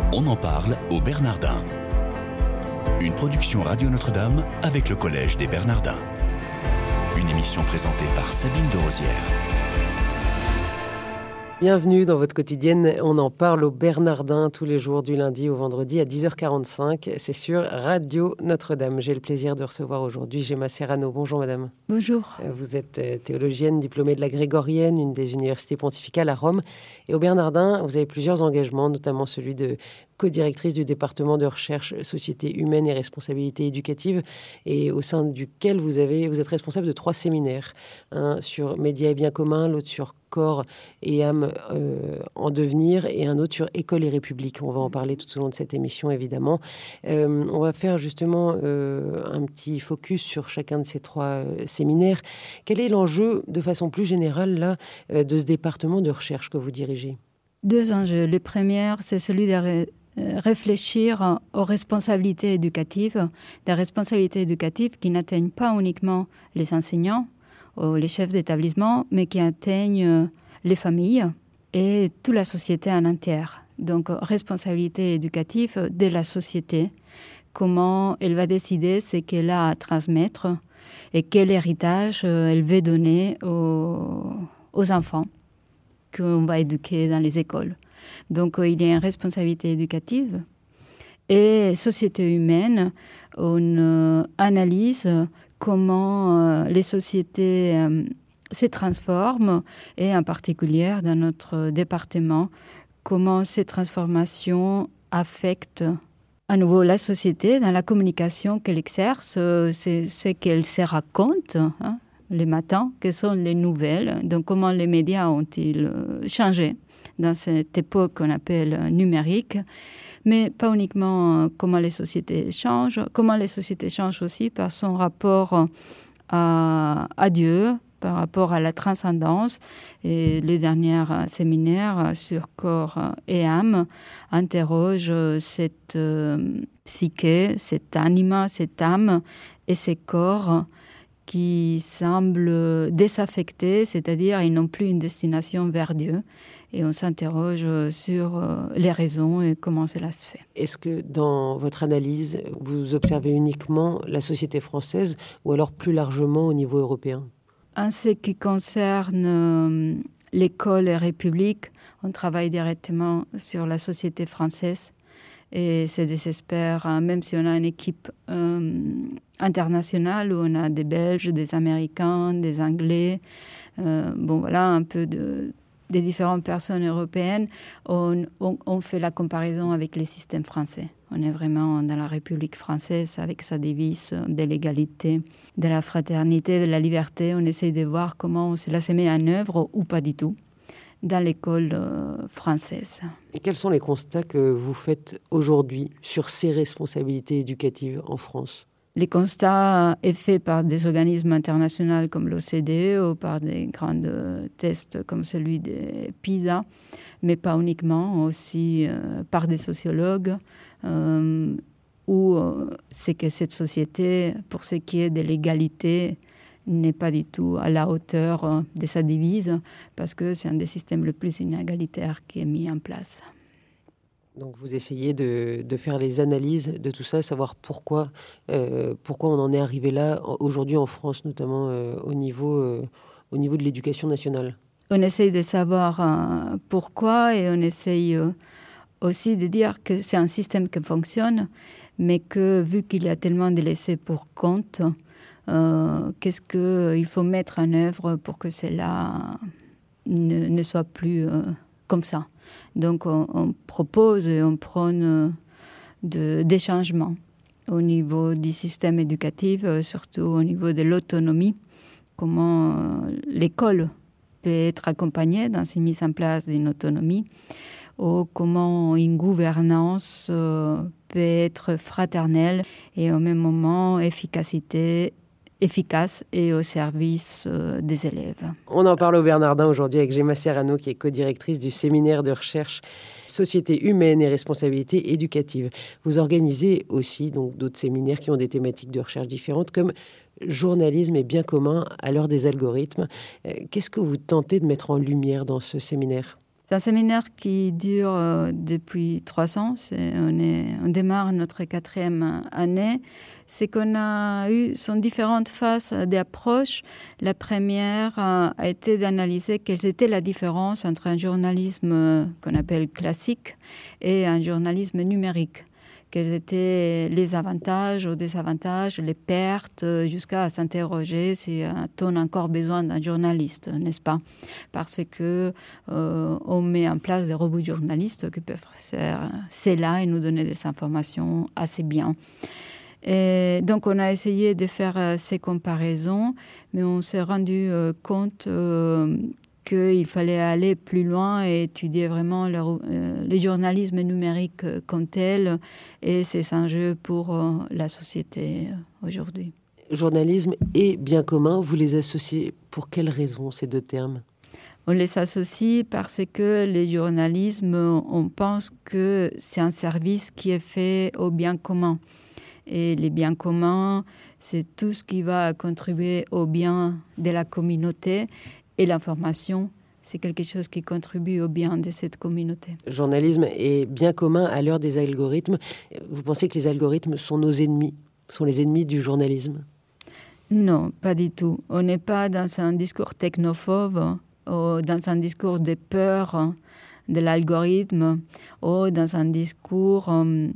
On en parle aux Bernardins. Une production Radio Notre-Dame avec le Collège des Bernardins. Une émission présentée par Sabine de Rosière. Bienvenue dans votre quotidienne. On en parle aux Bernardins tous les jours du lundi au vendredi à 10h45. C'est sur Radio Notre-Dame. J'ai le plaisir de recevoir aujourd'hui Gemma Serrano. Bonjour madame. Bonjour. Vous êtes théologienne, diplômée de la Grégorienne, une des universités pontificales à Rome. Et aux Bernardins, vous avez plusieurs engagements, notamment celui de co-directrice du département de recherche Société humaine et responsabilité éducative, et au sein duquel vous êtes responsable de 3 séminaires, un sur médias et biens communs, l'autre sur corps et âme en devenir, et un autre sur école et république. On va en parler tout au long de cette émission, évidemment. On va faire justement un petit focus sur chacun de ces 3 séminaires. Quel est l'enjeu, de façon plus générale, là, de ce département de recherche que vous dirigez ? 2 enjeux. Le premier, c'est celui de réfléchir aux responsabilités éducatives, des responsabilités éducatives qui n'atteignent pas uniquement les enseignants ou les chefs d'établissement, mais qui atteignent les familles et toute la société en entier. Donc, responsabilité éducative de la société, comment elle va décider ce qu'elle a à transmettre et quel héritage elle veut donner aux enfants qu'on va éduquer dans les écoles. Donc, il y a une responsabilité éducative. Et société humaine, on analyse comment les sociétés se transforment, et en particulier dans notre département, comment ces transformations affectent à nouveau la société dans la communication qu'elle exerce, c'est ce qu'elle se raconte, les matins, quelles sont les nouvelles, donc comment les médias ont-ils changé dans cette époque qu'on appelle numérique, mais pas uniquement comment les sociétés changent aussi par son rapport à Dieu, par rapport à la transcendance. Et les derniers séminaires sur corps et âme interrogent cette psyché, cette anima, cette âme et ces corps qui semblent désaffectés, c'est-à-dire ils n'ont plus une destination vers Dieu. Et on s'interroge sur les raisons et comment cela se fait. Est-ce que dans votre analyse, vous observez uniquement la société française ou alors plus largement au niveau européen ? En ce qui concerne l'école et République, on travaille directement sur la société française. Et c'est des experts, même si on a une équipe internationale où on a des Belges, des Américains, des Anglais, un peu des différentes personnes européennes, on fait la comparaison avec les systèmes français. On est vraiment dans la République française avec sa devise de l'égalité, de la fraternité, de la liberté. On essaie de voir comment cela se met en œuvre ou pas du tout dans l'école française. Et quels sont les constats que vous faites aujourd'hui sur ces responsabilités éducatives en France ? Les constats sont faits par des organismes internationaux comme l'OCDE ou par des grands tests comme celui de PISA, mais pas uniquement, aussi par des sociologues, où c'est que cette société, pour ce qui est de l'égalité, n'est pas du tout à la hauteur de sa devise, parce que c'est un des systèmes les plus inégalitaires qui est mis en place. Donc vous essayez de faire les analyses de tout ça, savoir pourquoi on en est arrivé là, aujourd'hui en France, notamment au niveau de l'éducation nationale. On essaye de savoir pourquoi, et on essaye aussi de dire que c'est un système qui fonctionne, mais que vu qu'il y a tellement de laissés pour compte, qu'est-ce qu'il faut mettre en œuvre pour que cela ne soit plus comme ça. Donc on propose et on prône des changements au niveau du système éducatif, surtout au niveau de l'autonomie, comment l'école peut être accompagnée dans cette mise en place d'une autonomie, ou comment une gouvernance peut être fraternelle et au même moment efficace et au service des élèves. On en parle au Bernardin aujourd'hui avec Gemma Serrano, qui est co-directrice du séminaire de recherche Société humaine et responsabilité éducative. Vous organisez aussi donc d'autres séminaires qui ont des thématiques de recherche différentes, comme journalisme et biens communs à l'heure des algorithmes. Qu'est-ce que vous tentez de mettre en lumière dans ce séminaire ? C'est un séminaire qui dure depuis 3 ans. On démarre notre 4e année. C'est qu'on sont différentes phases d'approche. La première a été d'analyser quelles étaient la différence entre un journalisme qu'on appelle classique et un journalisme numérique. Quels étaient les avantages ou désavantages, les pertes, jusqu'à s'interroger si on a encore besoin d'un journaliste, n'est-ce pas? Parce que on met en place des robots journalistes qui peuvent faire cela et nous donner des informations assez bien. Et donc, on a essayé de faire ces comparaisons, mais on s'est rendu compte qu'il fallait aller plus loin et étudier vraiment le journalisme numérique comme tel et ses enjeux pour la société aujourd'hui. Journalisme et bien commun, vous les associez pour quelles raisons, ces deux termes? On les associe parce que le journalisme, on pense que c'est un service qui est fait au bien commun. Et les biens communs, c'est tout ce qui va contribuer au bien de la communauté. Et l'information, c'est quelque chose qui contribue au bien de cette communauté. Journalisme est bien commun à l'heure des algorithmes. Vous pensez que les algorithmes sont nos ennemis, sont les ennemis du journalisme? Non, pas du tout. On n'est pas dans un discours technophobe, ou dans un discours de peur de l'algorithme, ou dans un discours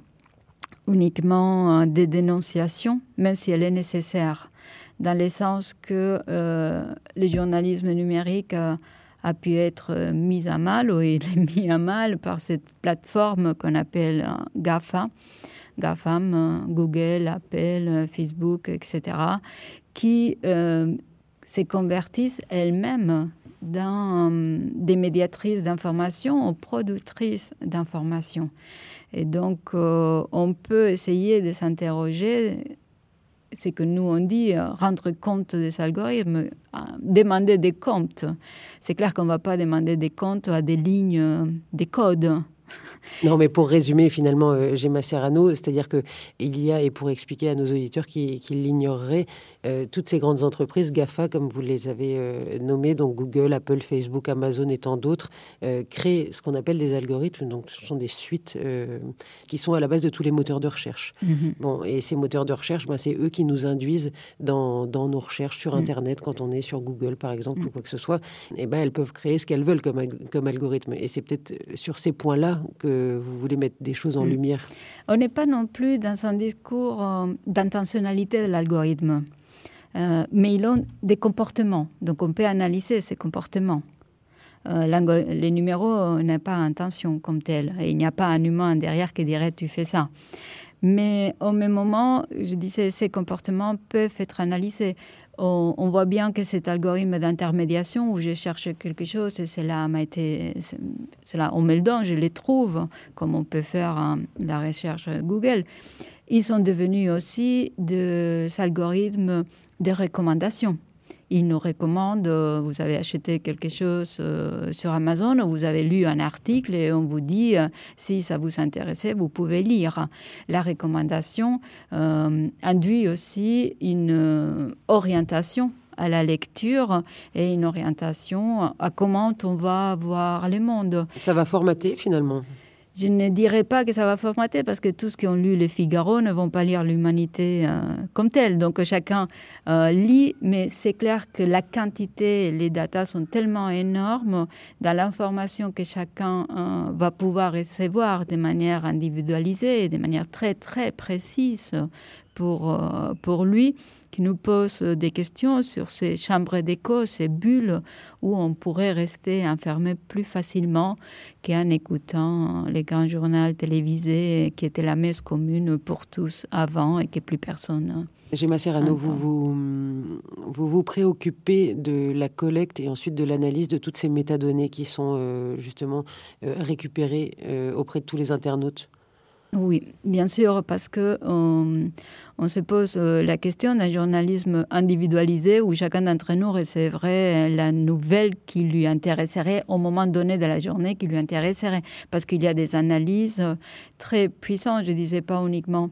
uniquement de dénonciation, même si elle est nécessaire, dans le sens que le journalisme numérique a pu être mis à mal, ou il est mis à mal par cette plateforme qu'on appelle GAFA, GAFAM, Google, Apple, Facebook, etc., qui se convertissent elles-mêmes dans des médiatrices d'information ou productrices d'information. Et donc, on peut essayer de s'interroger, c'est que nous, on dit, rendre compte des algorithmes, demander des comptes. C'est clair qu'on ne va pas demander des comptes à des lignes, des codes. Non, mais pour résumer finalement, Gemma Serrano, c'est-à-dire qu'il y a, et pour expliquer à nos auditeurs qui l'ignoreraient, toutes ces grandes entreprises, GAFA, comme vous les avez nommées, donc Google, Apple, Facebook, Amazon et tant d'autres, créent ce qu'on appelle des algorithmes. Donc ce sont des suites qui sont à la base de tous les moteurs de recherche. Mm-hmm. Bon, et ces moteurs de recherche, c'est eux qui nous induisent dans nos recherches sur Internet, quand on est sur Google par exemple, ou quoi que ce soit. Et elles peuvent créer ce qu'elles veulent comme algorithme. Et c'est peut-être sur ces points-là que vous voulez mettre des choses en lumière. On n'est pas non plus dans un discours d'intentionnalité de l'algorithme, mais ils ont des comportements, donc on peut analyser ces comportements. Les numéros n'ont pas intention comme tel, et il n'y a pas un humain derrière qui dirait « tu fais ça ». Mais au même moment, je disais, ces comportements peuvent être analysés. On voit bien que cet algorithme d'intermédiation où je cherche quelque chose et cela on me le donne, je les trouve, comme on peut faire la recherche Google. Ils sont devenus aussi des algorithmes de recommandation. Ils nous recommandent, vous avez acheté quelque chose sur Amazon, vous avez lu un article et on vous dit, si ça vous intéressait, vous pouvez lire. La recommandation induit aussi une orientation à la lecture et une orientation à comment on va voir le monde. Ça va formater finalement. Je ne dirais pas que ça va formater parce que tous qui ont lu Le Figaro ne vont pas lire l'humanité comme telle. Donc chacun lit, mais c'est clair que la quantité, les datas sont tellement énormes dans l'information que chacun va pouvoir recevoir de manière individualisée, de manière très très précise pour lui, qui nous pose des questions sur ces chambres d'écho, ces bulles où on pourrait rester enfermé plus facilement qu'en écoutant les grands journaux télévisés qui étaient la messe commune pour tous avant et que plus personne... Gemma Serrano, vous préoccupez de la collecte et ensuite de l'analyse de toutes ces métadonnées qui sont justement récupérées auprès de tous les internautes. Oui, bien sûr, parce que on se pose la question d'un journalisme individualisé où chacun d'entre nous recevrait la nouvelle qui lui intéresserait au moment donné de la journée qui lui intéresserait. Parce qu'il y a des analyses très puissantes, je ne disais pas uniquement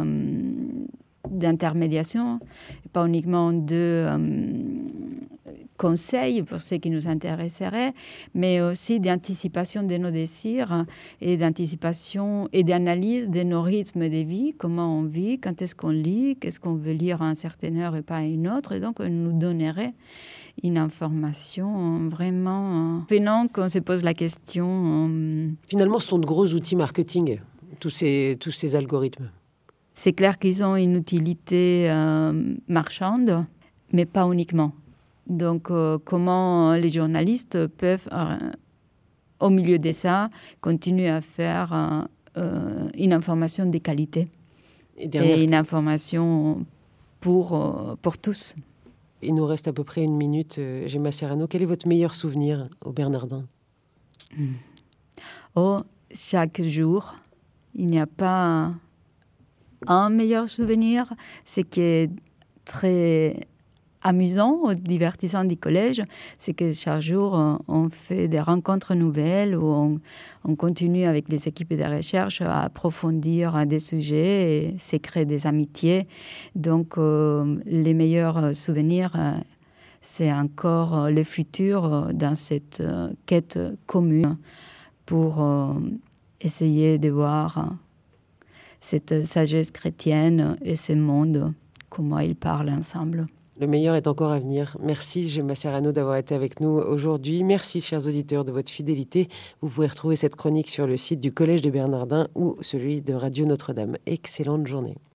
d'intermédiation, pas uniquement de conseils pour ce qui nous intéresserait, mais aussi d'anticipation de nos désirs et d'anticipation et d'analyse de nos rythmes de vie, comment on vit, quand est-ce qu'on lit, qu'est-ce qu'on veut lire à une certaine heure et pas à une autre. Et donc, on nous donnerait une information vraiment venant qu'on se pose la question. Finalement, ce sont de gros outils marketing, tous ces algorithmes. C'est clair qu'ils ont une utilité marchande, mais pas uniquement. Donc, comment les journalistes peuvent, au milieu de ça, continuer à faire une information de qualité et une information pour tous. Il nous reste à peu près 1 minute. Gemma Serrano, quel est votre meilleur souvenir au Bernardin ? Chaque jour, il n'y a pas un meilleur souvenir. Ce qui est très amusant, divertissant du collège, c'est que chaque jour, on fait des rencontres nouvelles où on continue avec les équipes de recherche à approfondir des sujets et se créer des amitiés. Donc, les meilleurs souvenirs, c'est encore le futur dans cette quête commune pour essayer de voir cette sagesse chrétienne et ce monde, comment ils parlent ensemble. Le meilleur est encore à venir. Merci Gemma Serrano d'avoir été avec nous aujourd'hui. Merci chers auditeurs de votre fidélité. Vous pouvez retrouver cette chronique sur le site du Collège des Bernardins ou celui de Radio Notre-Dame. Excellente journée.